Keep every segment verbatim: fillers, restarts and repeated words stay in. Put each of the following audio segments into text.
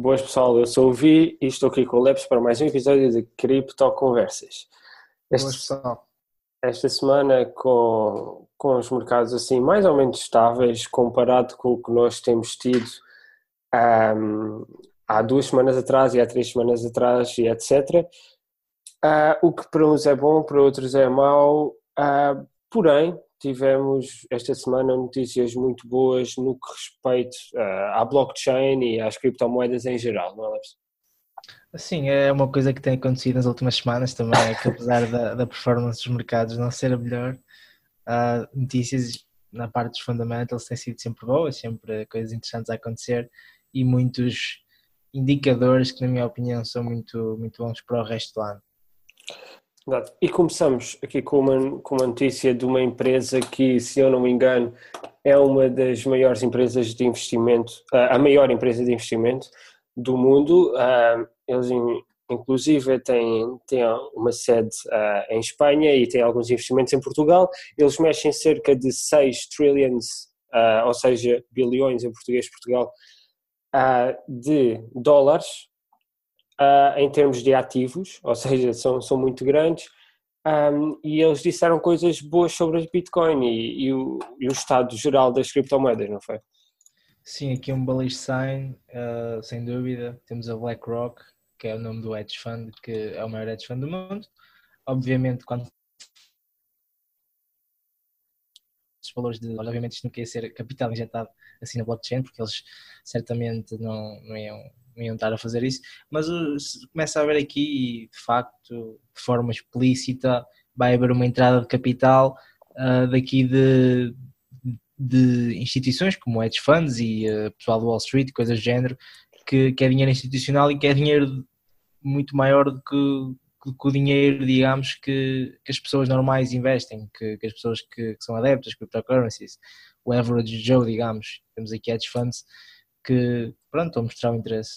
Boas pessoal, eu sou o Vi e estou aqui com o Leps para mais um episódio de Cripto Conversas. Boas, Este, pessoal. esta semana com, com os mercados assim mais ou menos estáveis comparado com o que nós temos tido um, há duas semanas atrás e há três semanas atrás e etcétera. Uh, o que para uns é bom, para outros é mau, uh, porém tivemos esta semana notícias muito boas no que respeita uh, à blockchain e às criptomoedas em geral, não é, Leps? Sim, é uma coisa que tem acontecido nas últimas semanas também, é que apesar da, da performance dos mercados não ser a melhor, há notícias na parte dos fundamentals têm sido sempre boas, sempre coisas interessantes a acontecer e muitos indicadores que na minha opinião são muito, muito bons para o resto do ano. E começamos aqui com uma, com uma notícia de uma empresa que, se eu não me engano, é uma das maiores empresas de investimento, a maior empresa de investimento do mundo. Eles inclusive têm, têm uma sede em Espanha e têm alguns investimentos em Portugal. Eles mexem cerca de seis trillions, ou seja, bilhões em português Portugal, de dólares. Uh, em termos de ativos, ou seja, são, são muito grandes, um, e eles disseram coisas boas sobre a Bitcoin e, e, o, e o estado geral das criptomoedas, não foi? Sim, aqui um bullish sign, uh, sem dúvida. Temos a BlackRock, que é o nome do hedge fund, que é o maior hedge fund do mundo. Obviamente, quando os valores de, obviamente isto não quer ser capital injetado assim na blockchain, porque eles certamente não, não, iam, não iam estar a fazer isso, mas se começa a haver aqui, de facto, de forma explícita, vai haver uma entrada de capital uh, daqui de, de instituições como hedge funds e uh, pessoal do Wall Street, coisas do género, que, que é dinheiro institucional e que é dinheiro muito maior do que que o dinheiro, digamos, que, que as pessoas normais investem, que, que as pessoas que, que são adeptas de cryptocurrencies, o average Joe, digamos, temos aqui hedge funds que, pronto, estão a mostrar o interesse.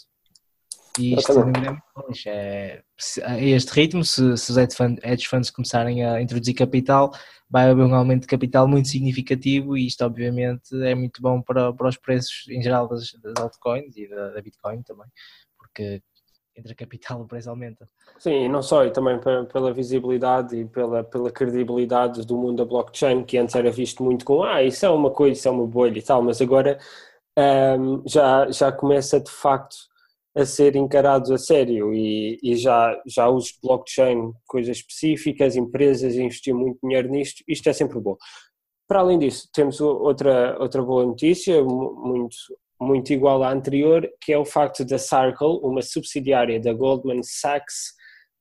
E isto, sem dúvida, é muito bom. É, a este ritmo, se, se os hedge funds, hedge funds começarem a introduzir capital, vai haver um aumento de capital muito significativo e isto, obviamente, é muito bom para, para os preços em geral das, das altcoins e da, da Bitcoin também, porque entre a capital o preço aumenta. Sim, e não só, e também pela visibilidade e pela, pela credibilidade do mundo da blockchain, que antes era visto muito com ah, isso é uma coisa, isso é uma bolha e tal, mas agora um, já, já começa de facto a ser encarado a sério e, e já, já usos de blockchain, coisas específicas, empresas a investir muito dinheiro nisto, isto é sempre bom. Para além disso, temos outra, outra boa notícia, muito muito igual à anterior, que é o facto da Circle, uma subsidiária da Goldman Sachs,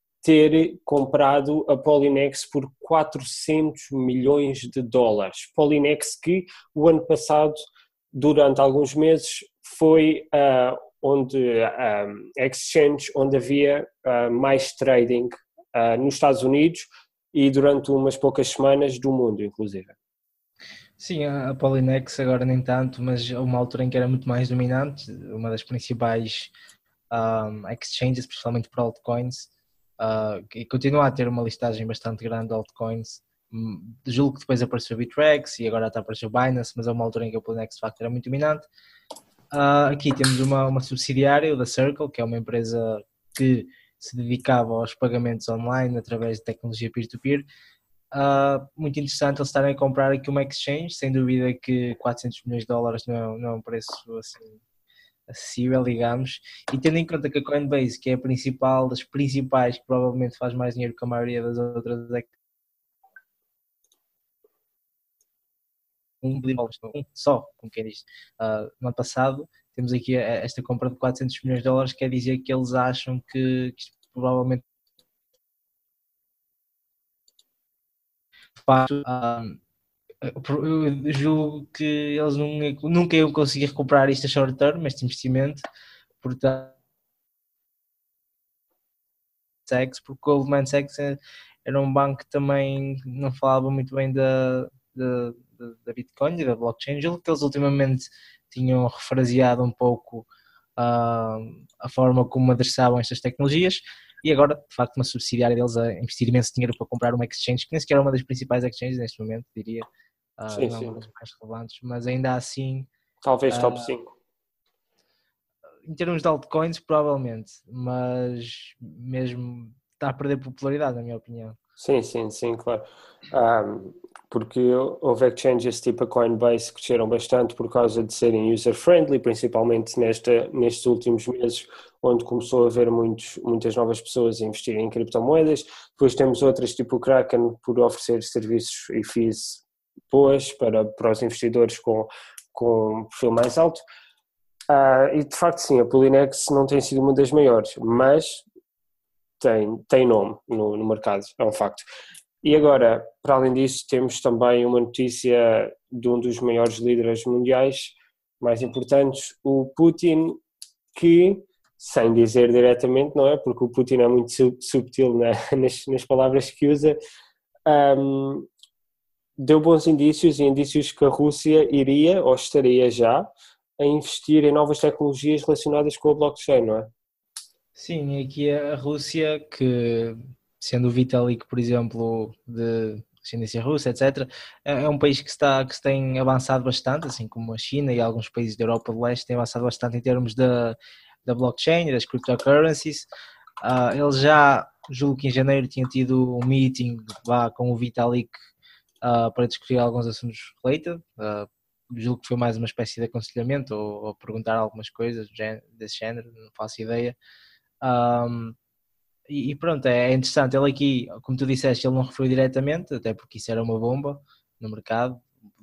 ter comprado a Polynex por quatrocentos milhões de dólares. Polynex que o ano passado, durante alguns meses, foi uh, onde um, exchange onde havia uh, mais trading uh, nos Estados Unidos e durante umas poucas semanas do mundo, inclusive. Sim, a Polynex agora nem tanto, mas uma altura em que era muito mais dominante, uma das principais um, exchanges, principalmente para altcoins, uh, e continua a ter uma listagem bastante grande de altcoins. Julgo que depois apareceu a Bittrex e agora está a aparecer o Binance, mas é uma altura em que a Polynex de facto era muito dominante. Uh, aqui temos uma, uma subsidiária, o da Circle, que é uma empresa que se dedicava aos pagamentos online através de tecnologia peer-to-peer. Uh, muito interessante eles estarem a comprar aqui uma exchange, sem dúvida que quatrocentos milhões de dólares não é, não é um preço assim acessível, digamos, e tendo em conta que a Coinbase, que é a principal das principais, que provavelmente faz mais dinheiro que a maioria das outras, é um bilhão de dólares, um só, como quem diz, uh, no ano passado, temos aqui esta compra de quatrocentos milhões de dólares, quer dizer que eles acham que, que isto provavelmente de facto, uh, eu julgo que eles nunca iam conseguir recuperar isto a short term, este investimento, portanto, porque o Goldman Sachs era um banco que também não falava muito bem da, da, da Bitcoin e da blockchain. Julgo que eles ultimamente tinham refraseado um pouco uh, a forma como adressavam estas tecnologias e agora, de facto, uma subsidiária deles a investir imenso dinheiro para comprar uma exchange, que nem sequer é uma das principais exchanges neste momento, diria. Uh, sim, não é sim. uma das mais relevantes, mas ainda assim talvez uh, top cinco. em termos de altcoins, provavelmente, mas mesmo está a perder popularidade, na minha opinião. Sim, sim, sim, claro. Um, porque houve exchanges tipo a Coinbase que cresceram bastante por causa de serem user-friendly, principalmente nesta, nestes últimos meses, onde começou a haver muitos, muitas novas pessoas a investirem em criptomoedas. Depois temos outras tipo o Kraken por oferecer serviços e fees boas para, para os investidores com, com um perfil mais alto. Uh, e de facto sim, a Polynex não tem sido uma das maiores, mas tem, tem nome no, no mercado, é um facto. E agora, para além disso, temos também uma notícia de um dos maiores líderes mundiais mais importantes, o Putin, que, sem dizer diretamente, não é? Porque o Putin é muito subtil, né? nas, nas palavras que usa, um, deu bons indícios e indícios que a Rússia iria, ou estaria já, a investir em novas tecnologias relacionadas com a blockchain, não é? Sim, aqui a Rússia, que sendo o Vitalik, por exemplo, de ascendência russa, etcétera, é um país que, está, que se tem avançado bastante, assim como a China e alguns países da Europa do Leste têm avançado bastante em termos da, da blockchain e das cryptocurrencies. Uh, ele já, julgo que em janeiro, tinha tido um meeting lá com o Vitalik uh, para discutir alguns assuntos related. Uh, julgo que foi mais uma espécie de aconselhamento ou, ou perguntar algumas coisas desse género, não faço ideia. Um, e, e pronto, é interessante. Ele aqui, como tu disseste, ele não referiu diretamente, até porque isso era uma bomba no mercado,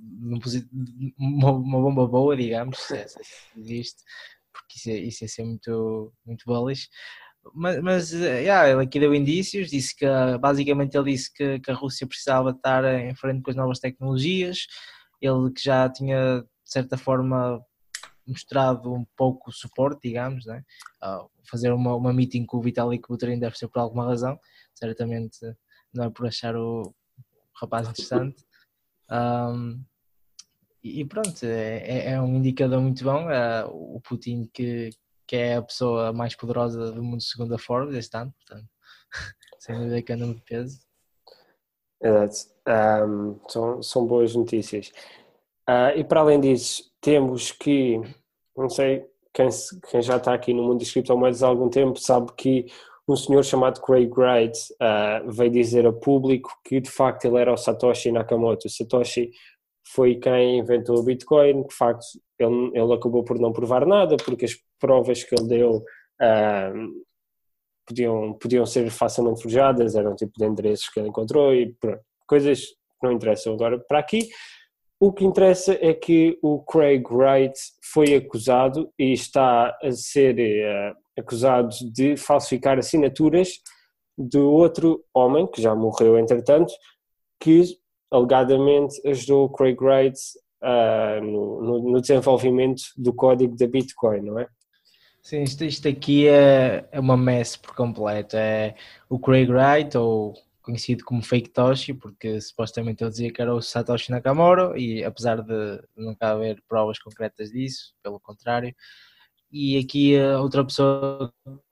uma, uma bomba boa, digamos, se essa existe, porque isso, isso ia ser muito, muito bullish. Mas, mas yeah, ele aqui deu indícios, disse que basicamente ele disse que, que a Rússia precisava estar em frente com as novas tecnologias, ele que já tinha de certa forma mostrado um pouco suporte, digamos, né? Uh, fazer uma, uma meeting com o Vitalik Buterin deve ser por alguma razão, certamente não é por achar o rapaz interessante. Um, e pronto, é, é um indicador muito bom. Uh, o Putin, que, que é a pessoa mais poderosa do mundo segundo a Forbes este ano, portanto, sem dúvida que anda muito peso. Exato. Um, são, são boas notícias. Uh, e para além disso, temos que, não sei, quem, quem já está aqui no mundo das criptomoedas há algum tempo sabe que um senhor chamado Craig Wright uh, veio dizer a público que de facto ele era o Satoshi Nakamoto. O Satoshi foi quem inventou o Bitcoin. De facto ele, ele acabou por não provar nada, porque as provas que ele deu uh, podiam, podiam ser facilmente forjadas, eram tipo de endereços que ele encontrou e pronto, coisas que não interessam agora para aqui. O que interessa é que o Craig Wright foi acusado e está a ser uh, acusado de falsificar assinaturas de outro homem, que já morreu entretanto, que alegadamente ajudou o Craig Wright uh, no, no, no desenvolvimento do código da Bitcoin, não é? Sim, isto, isto aqui é, é uma mess por completo. É o Craig Wright, ou conhecido como Fake Toshi, porque supostamente ele dizia que era o Satoshi Nakamoto, e apesar de nunca haver provas concretas disso, pelo contrário. E aqui a outra pessoa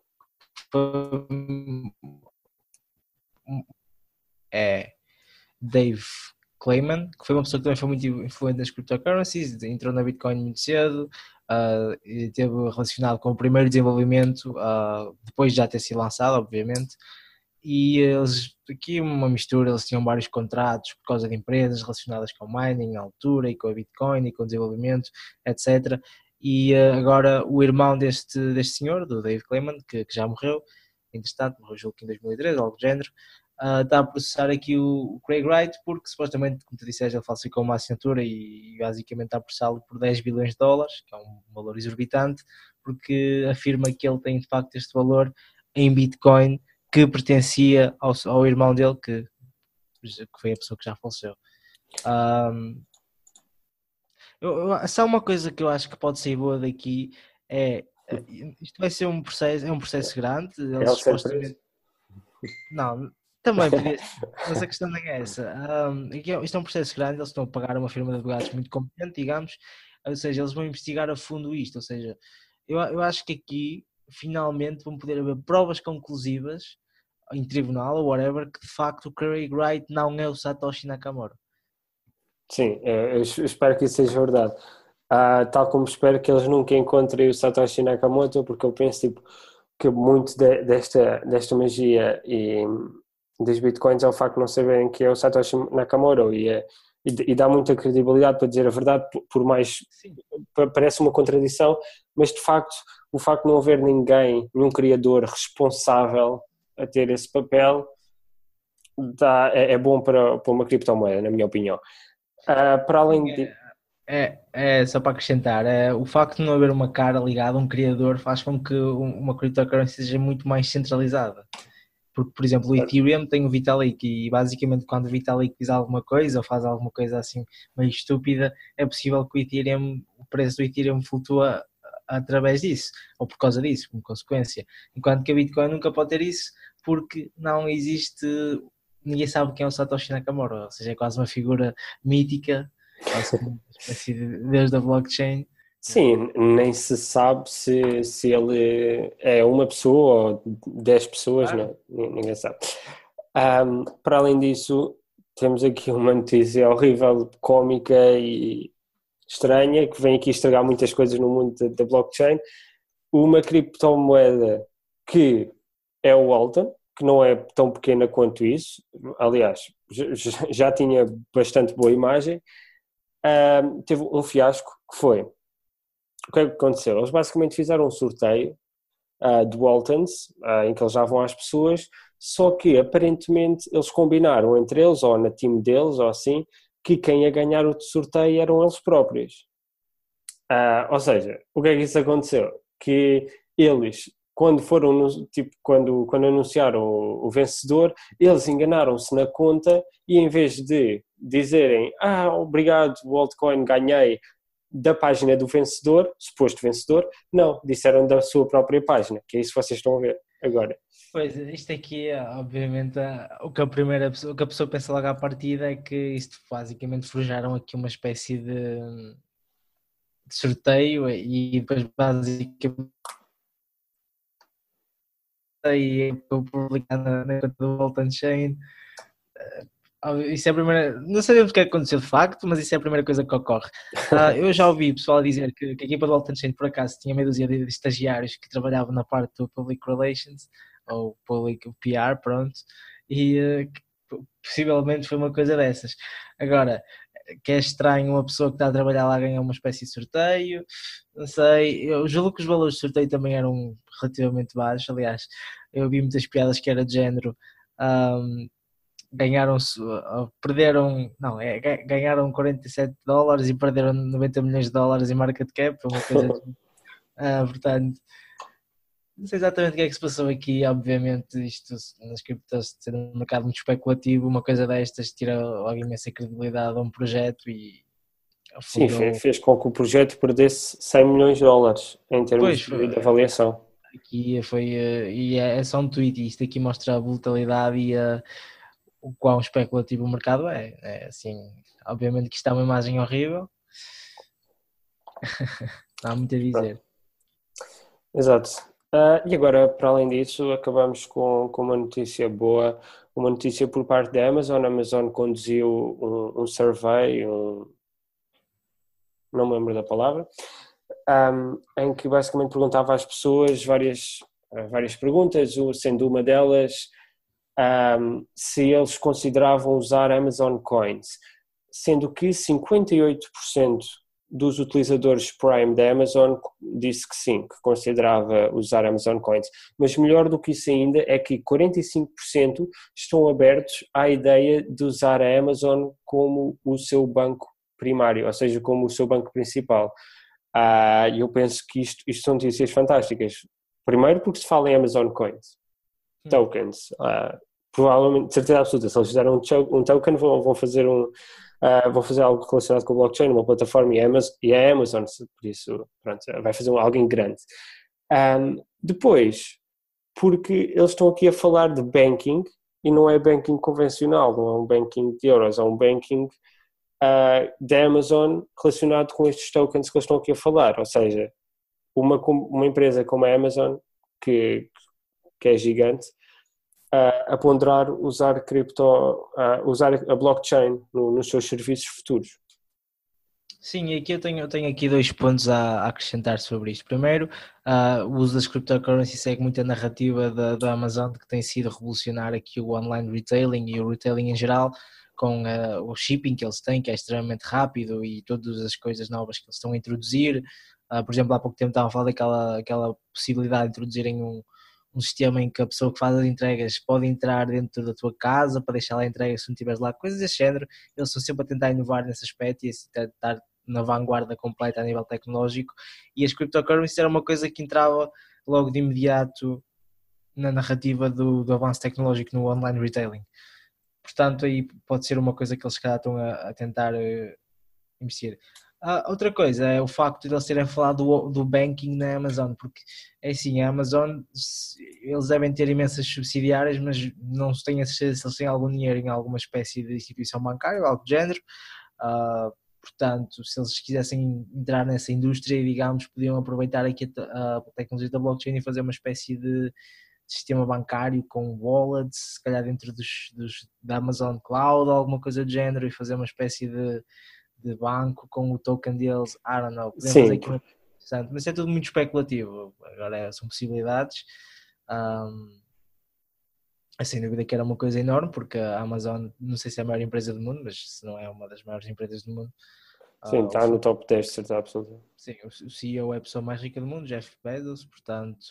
é Dave Kleiman, que foi uma pessoa que também foi muito influente nas cryptocurrencies, entrou na Bitcoin muito cedo, uh, e esteve relacionado com o primeiro desenvolvimento, uh, depois de já ter sido lançado, obviamente. E eles, aqui uma mistura, eles tinham vários contratos por causa de empresas relacionadas com mining, na altura, e com a Bitcoin, e com o desenvolvimento, etcétera. E uh, agora o irmão deste, deste senhor, do Dave Kleiman, que, que já morreu, entretanto, morreu julgo que em dois mil e treze, algo do género, uh, está a processar aqui o, o Craig Wright, porque supostamente, como tu disseste, ele falsificou uma assinatura e, e basicamente está a processá-lo por dez bilhões de dólares, que é um valor exorbitante, porque afirma que ele tem de facto este valor em Bitcoin, que pertencia ao, ao irmão dele, que, que foi a pessoa que já faleceu. Um, eu, só uma coisa que eu acho que pode ser boa daqui é, isto vai ser um processo, é um processo grande, eles É supostamente... Não, também podia, mas a questão não é essa. Um, isto é um processo grande, eles estão a pagar uma firma de advogados muito competente, digamos, ou seja, eles vão investigar a fundo isto, ou seja, eu, eu acho que aqui finalmente vão poder haver provas conclusivas em tribunal ou whatever, que de facto o Craig Wright não é o Satoshi Nakamoto. Sim, eu espero que isso seja verdade. Uh, tal como espero que eles nunca encontrem o Satoshi Nakamoto, porque eu penso tipo, que muito de, desta, desta magia e dos bitcoins é o facto de não saberem que é o Satoshi Nakamoto e, é, e, e dá muita credibilidade para dizer a verdade, por, por mais Sim. parece uma contradição, mas de facto o facto de não haver ninguém, nenhum criador responsável a ter esse papel dá, é, é bom para, para uma criptomoeda, na minha opinião. Uh, para além Sim, de... É, é só para acrescentar, é, o facto de não haver uma cara ligada, um criador, faz com que um- uma cryptocurrency seja muito mais centralizada. Porque, por exemplo, o Ethereum tem o Vitalik e basicamente quando o Vitalik diz alguma coisa ou faz alguma coisa assim meio estúpida, é possível que o Ethereum, o preço do Ethereum flutua através disso, ou por causa disso, como consequência. Enquanto que a Bitcoin nunca pode ter isso porque não existe, ninguém sabe quem é o Satoshi Nakamoto, ou seja, é quase uma figura mítica, quase como uma espécie de deus da blockchain. Sim, nem se sabe se, se ele é uma pessoa ou dez pessoas, Claro. não, ninguém sabe. Um, para além disso, temos aqui uma notícia horrível, cómica e estranha, que vem aqui estragar muitas coisas no mundo da, da blockchain. Uma criptomoeda que é o Alton, que não é tão pequena quanto isso, aliás, já, já tinha bastante boa imagem, um, teve um fiasco que foi... O que é que aconteceu? Eles basicamente fizeram um sorteio uh, de Waltons, uh, em que eles davam às pessoas, só que aparentemente eles combinaram entre eles, ou na time deles, ou assim, que quem ia ganhar o sorteio eram eles próprios. Uh, ou seja, o que é que isso aconteceu? Que eles, quando foram, no, tipo, quando, quando anunciaram o, o vencedor, eles enganaram-se na conta e em vez de dizerem, ah, obrigado, o altcoin, ganhei, da página do vencedor, suposto vencedor, não, disseram da sua própria página, que é isso que vocês estão a ver agora. Pois, isto aqui, obviamente, o que a primeira pessoa, o que a pessoa pensa logo à partida é que isto basicamente forjaram aqui uma espécie de, de sorteio e depois basicamente e publicado na, na conta do Walton Chain. Isso é a primeira, não sabemos o que aconteceu de facto, mas isso é a primeira coisa que ocorre. Uh, eu já ouvi pessoal dizer que, que a equipa do Walton Chain, por acaso, tinha meia dúzia de estagiários que trabalhavam na parte do Public Relations, ou Public P R, pronto, e uh, que, possivelmente foi uma coisa dessas. Agora, que é estranho uma pessoa que está a trabalhar lá ganhar uma espécie de sorteio, não sei, eu julgo que os valores de sorteio também eram relativamente baixos, aliás, eu vi muitas piadas que era de género... Um, ganharam, perderam, não, é, ganharam quarenta e sete dólares e perderam noventa milhões de dólares em market cap, uma coisa assim. Ah, portanto, não sei exatamente o que é que se passou aqui, obviamente isto nas criptos sendo um mercado muito especulativo, uma coisa destas tira logo imensa credibilidade a um projeto e Sim, afundou. fez com que o projeto perdesse cem milhões de dólares em termos Pois, de, de foi, avaliação. aqui foi, e é, é só um tweet, isto aqui mostra a volatilidade e a o quão especulativo o mercado é. É assim, obviamente que isto é uma imagem horrível, não há muito a dizer. Exato. Uh, e agora, para além disso, acabamos com, com uma notícia boa, uma notícia por parte da Amazon. A Amazon conduziu um, um survey, um, não me lembro da palavra, um, em que basicamente perguntava às pessoas várias, várias perguntas, sendo uma delas um, se eles consideravam usar Amazon Coins, sendo que cinquenta e oito por cento dos utilizadores Prime da Amazon disse que sim, que considerava usar Amazon Coins, mas melhor do que isso ainda é que quarenta e cinco por cento estão abertos à ideia de usar a Amazon como o seu banco primário, ou seja, como o seu banco principal. E uh, eu penso que isto, isto são notícias fantásticas. Primeiro porque se fala em Amazon Coins, hum. tokens, uh, provavelmente, de certeza absoluta, se eles fizerem um, um token vão, vão fazer um Uh, vão fazer algo relacionado com o blockchain, uma plataforma, e a Amazon, e a Amazon por isso, pronto, vai fazer um, algo em grande. Um, depois, porque eles estão aqui a falar de banking, e não é banking convencional, não é um banking de euros, é um banking uh, da Amazon relacionado com estes tokens que eles estão aqui a falar, ou seja, uma, uma empresa como a Amazon, que, que é gigante, a ponderar usar cripto, uh, usar a blockchain no, nos seus serviços futuros. Sim, e aqui eu tenho, eu tenho aqui dois pontos a, a acrescentar sobre isto. Primeiro, uh, o uso das cryptocurrencies segue muito a narrativa da, da Amazon, que tem sido revolucionar aqui o online retailing e o retailing em geral, com uh, o shipping que eles têm, que é extremamente rápido, e todas as coisas novas que eles estão a introduzir. Uh, por exemplo, há pouco tempo estava a falar daquela aquela possibilidade de introduzirem um, um sistema em que a pessoa que faz as entregas pode entrar dentro da tua casa para deixar lá a entrega se não estiveres lá, coisas desse género. Eles estão sempre a tentar inovar nesse aspecto e a tentar na vanguarda completa a nível tecnológico, e as cryptocurrencies era uma coisa que entrava logo de imediato na narrativa do, do avanço tecnológico no online retailing. Portanto, aí pode ser uma coisa que eles calhar estão a, a tentar uh, investir. Uh, outra coisa é o facto de eles terem falado do, do banking na Amazon, porque é assim, a Amazon, eles devem ter imensas subsidiárias, mas não tenho a certeza se eles têm algum dinheiro em alguma espécie de instituição bancária ou algo do género. Uh, Portanto, se eles quisessem entrar nessa indústria, digamos, podiam aproveitar aqui a, a tecnologia da blockchain e fazer uma espécie de sistema bancário com wallets, se calhar dentro dos, dos, da Amazon Cloud ou alguma coisa do género, e fazer uma espécie de, de banco com o token deles. I don't know, podemos fazer aqui uma coisa interessante, mas é tudo muito especulativo. Agora é, são possibilidades. Um, É sem dúvida que era uma coisa enorme, porque a Amazon, não sei se é a maior empresa do mundo, mas se não é uma das maiores empresas do mundo. Sim, Uh, está no top dez, de certeza absoluta. Sim, o C E O é a pessoa mais rica do mundo, Jeff Bezos, portanto...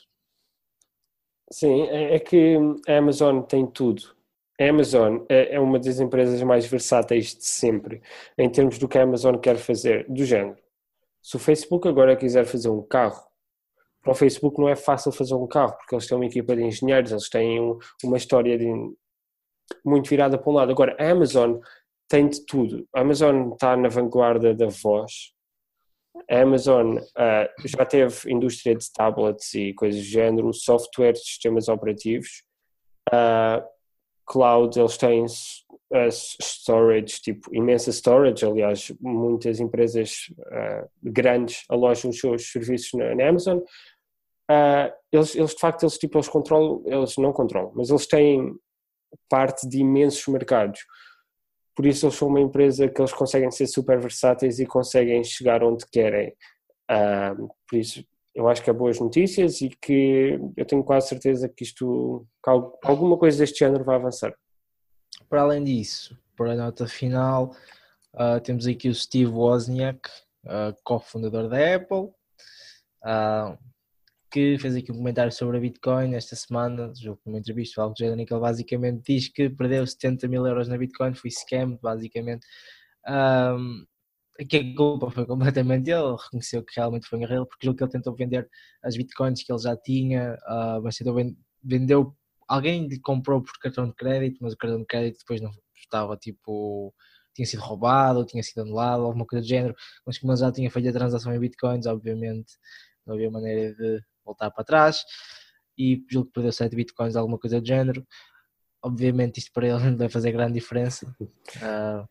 Sim, é, é que a Amazon tem tudo. A Amazon é, é uma das empresas mais versáteis de sempre, em termos do que a Amazon quer fazer, do género. Se o Facebook agora quiser fazer um carro, para o Facebook não é fácil fazer um carro, porque eles têm uma equipa de engenheiros, eles têm um, uma história de, muito virada para um lado. Agora, a Amazon tem de tudo. A Amazon está na vanguarda da voz. A Amazon uh, já teve indústria de tablets e coisas do género, software, sistemas operativos, uh, cloud, eles têm uh, storage, tipo imensa storage, aliás, muitas empresas uh, grandes alojam os seus serviços na, na Amazon. Uh, eles, eles, de facto, eles, tipo, eles controlam, eles não controlam, mas eles têm parte de imensos mercados. Por isso eles são uma empresa que eles conseguem ser super versáteis e conseguem chegar onde querem. Uh, por isso eu acho que é boas notícias e que eu tenho quase certeza que isto, que alguma coisa deste género vai avançar. Para além disso, para a nota final, uh, temos aqui o Steve Wozniak, uh, cofundador da Apple, uh, que fez aqui um comentário sobre a Bitcoin esta semana, numa entrevista, algo do género, em que ele basicamente diz que perdeu setenta mil euros na Bitcoin, foi scam, basicamente. Um, que a culpa foi completamente dele, ele reconheceu que realmente foi um erro, porque o que ele tentou vender as Bitcoins que ele já tinha, uh, mas tentou vend- vendeu, alguém lhe comprou por cartão de crédito, mas o cartão de crédito depois não estava tipo... tinha sido roubado, ou tinha sido anulado, alguma coisa do género, mas como ele já tinha feito a transação em Bitcoins, obviamente não havia maneira de voltar para trás, e julgo que perdeu sete Bitcoins, alguma coisa do género. Obviamente isto para ele não vai fazer grande diferença, uh,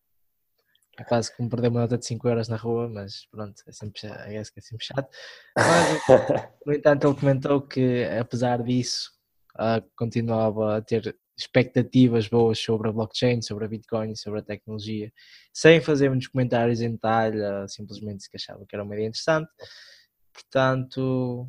é quase como perder uma nota de cinco euros na rua, mas pronto, é sempre, é, é sempre chato. Mas, no entanto, ele comentou que apesar disso uh, continuava a ter expectativas boas sobre a blockchain, sobre a Bitcoin, sobre a tecnologia, sem fazer muitos comentários em detalhe, uh, simplesmente se que achava que era uma ideia interessante. Portanto...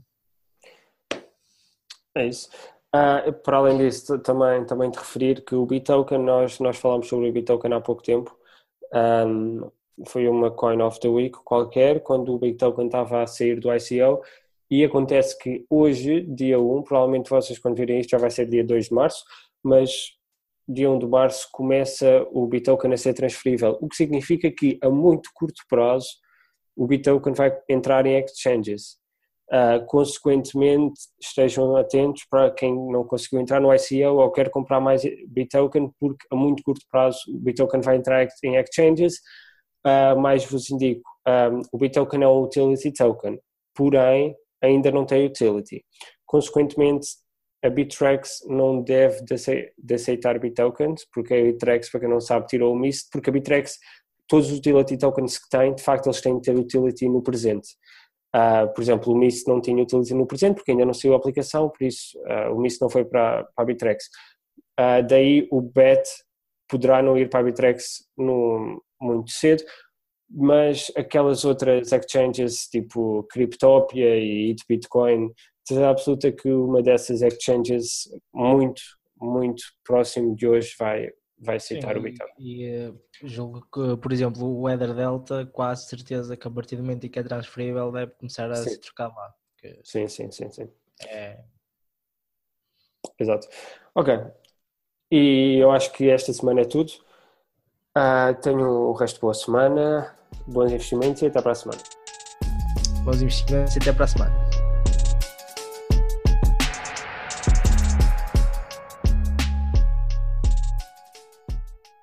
É isso. Uh, para além disso, também, também te referir que o BitToken, nós, nós falámos sobre o BitToken há pouco tempo, um, foi uma Coin of the Week qualquer, quando o BitToken estava a sair do I C O, e acontece que hoje, dia um, provavelmente vocês quando virem isto já vai ser dia dois de março, mas dia um de março começa o BitToken a ser transferível, o que significa que a muito curto prazo o BitToken vai entrar em exchanges. Uh, consequentemente, estejam atentos para quem não conseguiu entrar no I C O ou quer comprar mais BitToken, porque a muito curto prazo o BitToken vai entrar em exchanges. Uh, mais vos indico, um, o BitToken é um utility token, porém ainda não tem utility. Consequentemente, a Bittrex não deve de aceitar BitTokens, porque a Bittrex, para quem não sabe, tirou o mist, porque a Bittrex, todos os utility tokens que tem, de facto eles têm de ter utility no presente. Uh, por exemplo, o M I S não tinha utility no presente porque ainda não saiu a aplicação, por isso uh, o M I S não foi para, para a Bittrex. Uh, daí o B E T poderá não ir para a Bittrex no, muito cedo. mas aquelas outras exchanges tipo Cryptopia e Bitcoin, certeza absoluta que uma dessas exchanges muito, muito próximo de hoje vai, vai aceitar Sim, o Bitcoin. E, e uh, julgo que, por exemplo, o Ether Delta, quase certeza que a partir do momento em que é transferível deve começar a Sim. se trocar lá. Que Sim, sim, sim, sim. é... Exato. Ok. E eu acho que esta semana é tudo. Uh, tenho o resto de boa semana, bons investimentos e até para a semana. Bons investimentos e até para a semana.